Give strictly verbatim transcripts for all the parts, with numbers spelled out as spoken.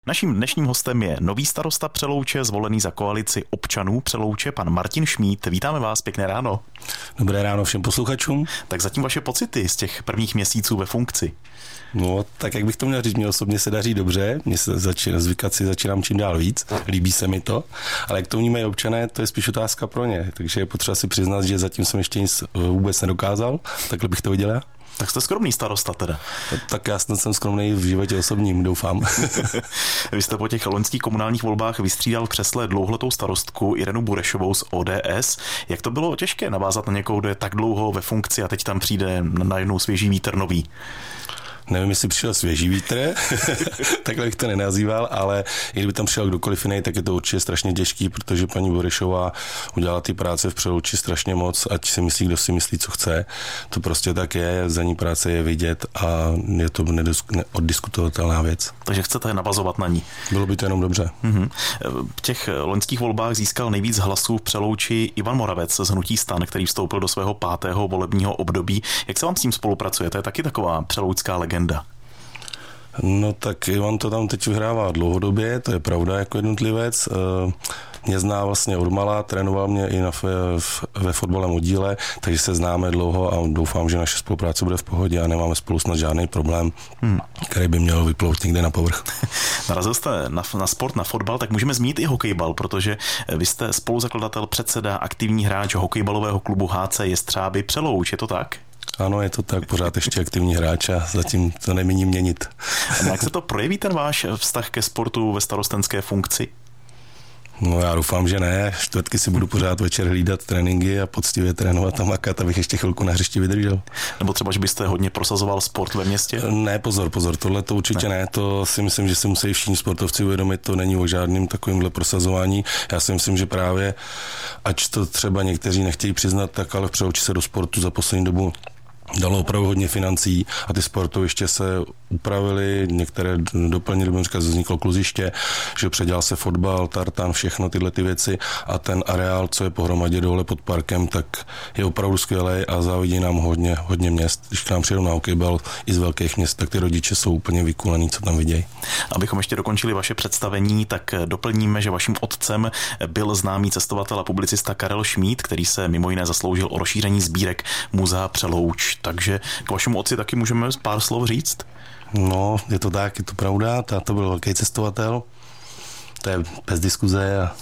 Naším dnešním hostem je nový starosta Přelouče, zvolený za koalici občanů Přelouče, pan Martin Šmíd. Vítáme vás, pěkné ráno. Dobré ráno všem posluchačům. Tak zatím vaše pocity z těch prvních měsíců ve funkci? No, tak jak bych to měl říct, mě osobně se daří dobře, mě se začíná, zvykat si začínám čím dál víc, líbí se mi to, ale jak to vnímají občané, to je spíš otázka pro ně, takže je potřeba si přiznat, že zatím jsem ještě nic vůbec nedokázal, takhle bych to viděl. Tak jste skromný starosta teda. Tak já snad jsem skromný v životě osobním, doufám. Vy jste po těch loňských komunálních volbách vystřídal v křesle dlouholetou starostku Irenu Burešovou z O D S. Jak to bylo těžké navázat na někoho, kdo je tak dlouho ve funkci a teď tam přijde najednou svěží vítr nový? Nevím, jestli přišel svěží vítr, takhle bych to nenazýval, ale i kdyby tam přišel kdokoliv jiný, tak je to určitě strašně těžký, protože paní Burešová udělala ty práce v Přelouči strašně moc, ať si myslí, kdo si myslí, co chce. To prostě tak je, za ní práce je vidět a je to neoddiskutovatelná věc. Takže chcete navazovat na ní? Bylo by to jenom dobře. Mm-hmm. V těch loňských volbách získal nejvíc hlasů v Přelouči Ivan Moravec z hnutí STAN, který vstoupil do svého pátého volebního období. Jak se vám s tím spolupracuje? To je taky taková přeloučská legenda. No tak Ivan to tam teď vyhrává dlouhodobě, to je pravda jako jednotlivec. Mě zná vlastně odmala, trénoval mě i na, v, ve fotbalovém oddíle, takže se známe dlouho a doufám, že naše spolupráce bude v pohodě a nemáme spolu snad žádný problém, hmm. který by měl vyplout někde na povrch. Narazil jste na, na sport, na fotbal, tak můžeme zmínit i hokejbal, protože vy jste spoluzakladatel, předseda, aktivní hráč hokejbalového klubu H C Jestřáby Přelouč, je to tak? Ano, je to tak, pořád ještě aktivní hráč a zatím to nemíním měnit. A jak se to projeví ten váš vztah ke sportu ve starostenské funkci? No já doufám, že ne. Čtvrtky si budu pořád večer hlídat tréninky a poctivě trénovat a makat, abych ještě chvilku na hřišti vydržel. Nebo třeba, že byste hodně prosazoval sport ve městě? Ne, pozor, pozor, tohle to určitě ne. ne. To si myslím, že si musí všichni sportovci uvědomit, to není o žádným takovýmhle prosazování. Já si myslím, že právě, ač to třeba někteří nechtějí přiznat, tak ale v Přelouči se do sportu za poslední dobu dalo opravdu hodně financí a ty sportoviště se upravili, některé doplnili, říkat, vzniklo kluziště, že předělal se fotbal, tartan, všechno tyhle ty věci a ten areál, co je pohromadě dole pod parkem, tak je opravdu skvělý a závidí nám hodně, hodně měst. Když k nám přijedou na hokejbal i z velkých měst, tak ty rodiče jsou úplně vykulení, co tam vidějí. Abychom ještě dokončili vaše představení, tak doplníme, že vaším otcem byl známý cestovatel a publicista Karel Šmíd, který se mimo jiné zasloužil o rozšíření sbírek Muzea Přelouč. Takže k vašemu otci taky můžeme pár slov říct? No, je to tak, je to pravda, táta byl velký cestovatel, to je bez diskuze a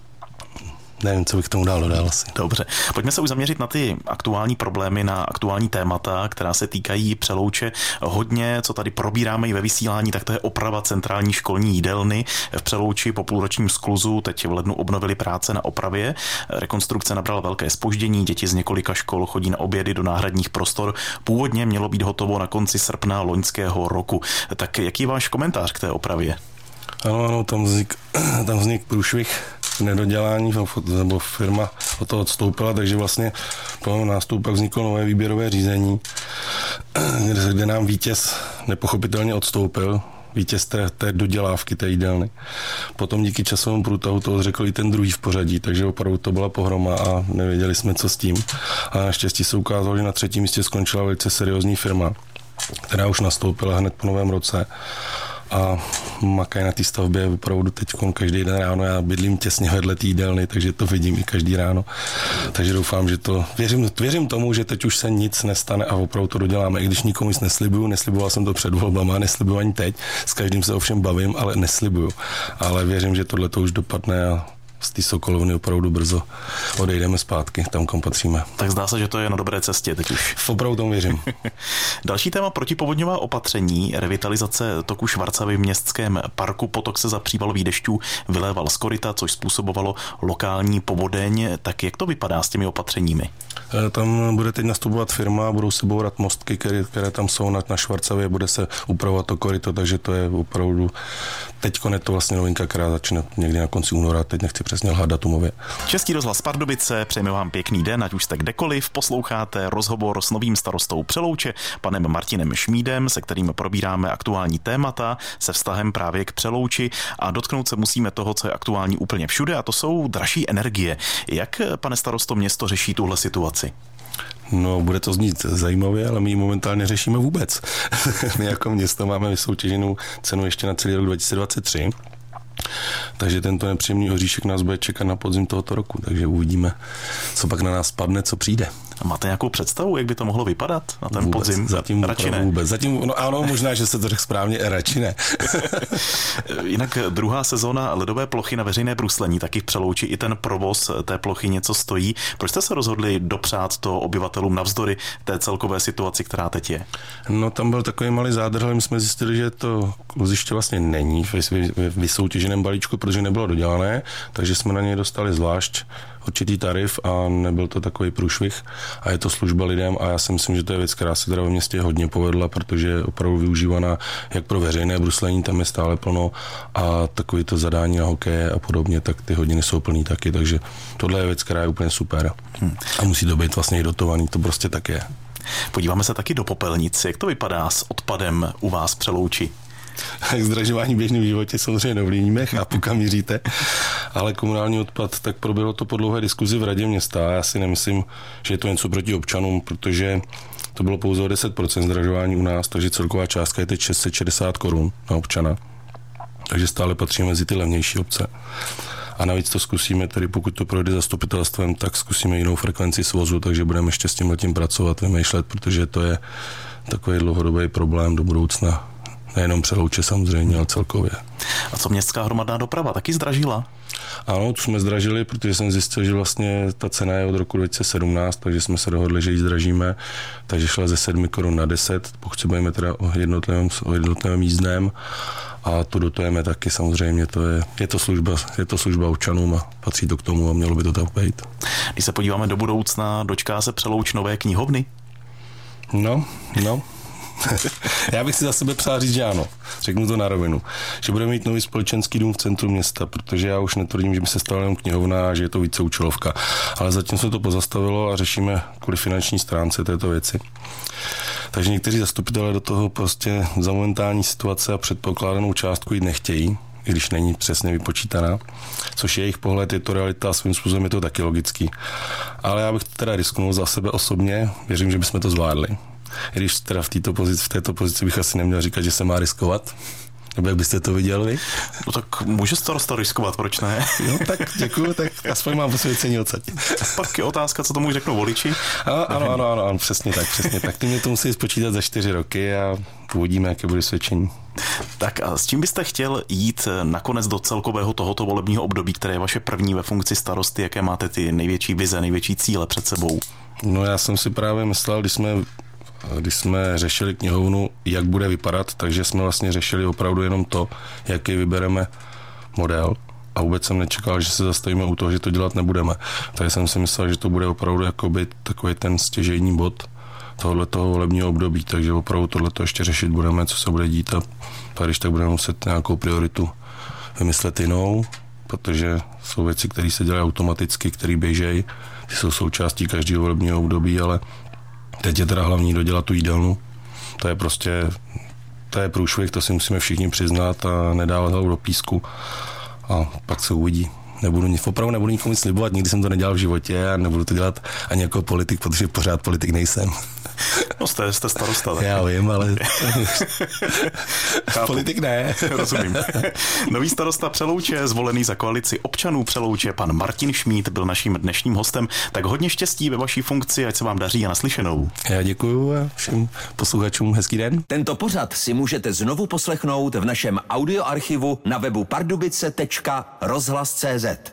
nevím, co bych tomu dál dodal asi. Dobře, pojďme se už zaměřit na ty aktuální problémy, na aktuální témata, která se týkají Přelouče. Hodně, co tady probíráme i ve vysílání, tak to je oprava centrální školní jídelny v Přelouči po půlročním skluzu. Teď v lednu obnovili práce na opravě. Rekonstrukce nabrala velké zpoždění, děti z několika škol chodí na obědy do náhradních prostor. Původně mělo být hotovo na konci srpna loňského roku. Tak jaký je váš komentář k té opravě? Ano, ano, tam vznik, tam vznik průšvih nedodělání, nebo firma od toho odstoupila, takže vlastně po nástupu vzniklo nové výběrové řízení, kde nám vítěz nepochopitelně odstoupil, vítěz té, té dodělávky té jídelny. Potom díky časovému průtahu to řekl i ten druhý v pořadí, takže opravdu to byla pohroma a nevěděli jsme, co s tím. A naštěstí se ukázalo, že na třetím místě skončila velice seriózní firma, která už nastoupila hned po novém roce. A makají na té stavbě opravdu teď každý den ráno. Já bydlím těsně vedle té jídelny, takže to vidím i každý ráno. Takže doufám, že to... Věřím, věřím tomu, že teď už se nic nestane a opravdu to doděláme. I když nikomu nic neslibuju, nesliboval jsem to před volbama, neslibuju ani teď. S každým se ovšem bavím, ale neslibuju. Ale věřím, že tohle to už dopadne a z té Sokolovny opravdu brzo odejdeme zpátky, tam kam patříme. Tak zdá se, že to je na dobré cestě teď už. Opravdu tomu věřím. Další téma protipovodňová opatření, revitalizace toku Švarcavy v městském parku. Potok se za přívalových dešťů vyléval z koryta, což způsobovalo lokální povodeň. Tak jak to vypadá s těmi opatřeními? Tam bude teď nastupovat firma, budou se bourat mostky, které, které tam jsou na, na Švarcavě, bude se upravovat to koryto, takže to je opravdu teďko je to vlastně novinka, která začne někdy na konci února, teď nechci přesně lhát datumově. Český rozhlas Pardubice, přejeme vám pěkný den, ať už jste kdekoliv, posloucháte rozhovor s novým starostou Přelouče, panem Martinem Šmídem, se kterým probíráme aktuální témata se vztahem právě k Přelouči a dotknout se musíme toho, co je aktuální úplně všude, a to jsou dražší energie. Jak, pane starosto, město řeší tuhle situaci? No, bude to znít zajímavě, ale my ji momentálně řešíme vůbec. My jako město máme vysoutěženou cenu ještě na celý rok dva tisíce dvacet tři. Takže tento nepříjemný oříšek nás bude čekat na podzim tohoto roku, takže uvidíme, co pak na nás padne, co přijde. A máte nějakou představu, jak by to mohlo vypadat na ten vůbec, podzim? Zatím radši ne. Vůbec. Zatím, no ano, možná, že se to řekl správně, radši ne. Jinak druhá sezóna ledové plochy na veřejné bruslení, taky v Přelouči, i ten provoz té plochy něco stojí. Proč jste se rozhodli dopřát to obyvatelům navzdory té celkové situaci, která teď je? No tam byl takový malý zádrhel, my jsme zjistili, že to kluziště vlastně není v vysoutěženém balíčku, protože nebylo dodělané, takže jsme na něj dostali zvlášť určitý tarif a nebyl to takový průšvih a je to služba lidem a já si myslím, že to je věc, která se teda ve městě hodně povedla, protože je opravdu využívaná jak pro veřejné bruslení, tam je stále plno a takový to zadání na hokeje a podobně, tak ty hodiny jsou plný taky, takže tohle je věc, která je úplně super hmm. a musí to být vlastně i dotovaný, to prostě tak je. Podíváme se taky do popelnic, jak to vypadá s odpadem u vás v Přelouči? Tak zdražování v běžném životě samozřejmě neovlivníme, chápu, kam míříte, ale komunální odpad, tak proběhlo to po dlouhé diskuzi v radě města. Já si nemyslím, že je to něco proti občanům, protože to bylo pouze o deset procent zdražování u nás, takže celková částka je teď šest set šedesát korun na občana. Takže stále patří mezi ty levnější obce. A navíc to zkusíme, tedy pokud to projde zastupitelstvem, tak zkusíme jinou frekvenci svozu, takže budeme ještě s tímhletím pracovat, vymýšlet, protože to je takový dlouhodobý problém do budoucna. Nejenom Přelouče samozřejmě, ale celkově. A co městská hromadná doprava? Taky zdražila? Ano, to jsme zdražili, protože jsem zjistil, že vlastně ta cena je od roku dva tisíce sedmnáct, takže jsme se dohodli, že ji zdražíme, takže šla ze sedmi korun na deset, pokud se bavíme teda o jednotlivém, o jednotlivém jízdném a to dotujeme taky samozřejmě, to je, je, to služba, je to služba občanům a patří to k tomu a mělo by to tak být. Když se podíváme do budoucna, dočká se Přelouč nové knihovny? No, no. Já bych si za sebe přál říct, že ano. Řeknu to na rovinu. Že budeme mít nový společenský dům v centru města, protože já už netvrdím, že by se stala jenom knihovna a že je to více účelovka. Ale zatím se to pozastavilo a řešíme kvůli finanční stránce této věci. Takže někteří zastupitelé do toho prostě za momentální situace a předpokládanou částku jít nechtějí, i když není přesně vypočítaná, což je jejich pohled, je to realita a svým způsobem je to taky logický. Ale já bych to teda risknul za sebe osobně, věřím, že bychom to zvládli. I když teda v této pozici, v této pozici bych asi neměl říkat, že se má riskovat. Nebo jak byste to viděli vy? No tak může starosta riskovat, proč ne? No tak děkuju, tak aspoň mám posvěcení odsaď. Pak je otázka, co tomu řeknou voliči. Ano, ano, ano, ano, ano, přesně tak, přesně tak. Ty mě to musí spočítat za čtyři roky a uvidíme, jaké bude svědčení. Tak a s čím byste chtěl jít nakonec do celkového tohoto volebního období, které je vaše první ve funkci starosty, jaké máte ty největší vize, největší cíle před sebou? No já jsem si právě myslel, když jsme když jsme řešili knihovnu, jak bude vypadat, takže jsme vlastně řešili opravdu jenom to, jaký vybereme model a vůbec jsem nečekal, že se zastavíme u toho, že to dělat nebudeme. Takže jsem si myslel, že to bude opravdu jakoby takový ten stěžejní bod tohoto volebního období, takže opravdu tohleto ještě řešit budeme, co se bude dít a pak když tak budeme muset nějakou prioritu vymyslet jinou, protože jsou věci, které se dělají automaticky, které běžejí, ty jsou součástí každého volebního období, ale teď je teda hlavní dodělat tu jídelnu. To je prostě, to je průšvih, to si musíme všichni přiznat a nedávat hlavu do písku a pak se uvidí. Nebudu nic, opravdu nebudu nikomu slibovat, nikdy jsem to nedělal v životě a nebudu to dělat ani jako politik, protože pořád politik nejsem. No jste, jste starosta. Tak. Já vím, ale politik ne. Rozumím. Nový starosta Přelouče, zvolený za koalici občanů Přelouče, pan Martin Šmíd, byl naším dnešním hostem. Tak hodně štěstí ve vaší funkci, ať se vám daří a naslyšenou. Já děkuju a všem posluchačům hezký den. Tento pořad si můžete znovu poslechnout v našem audioarchivu na webu pardubice tečka rozhlas tečka cé zet.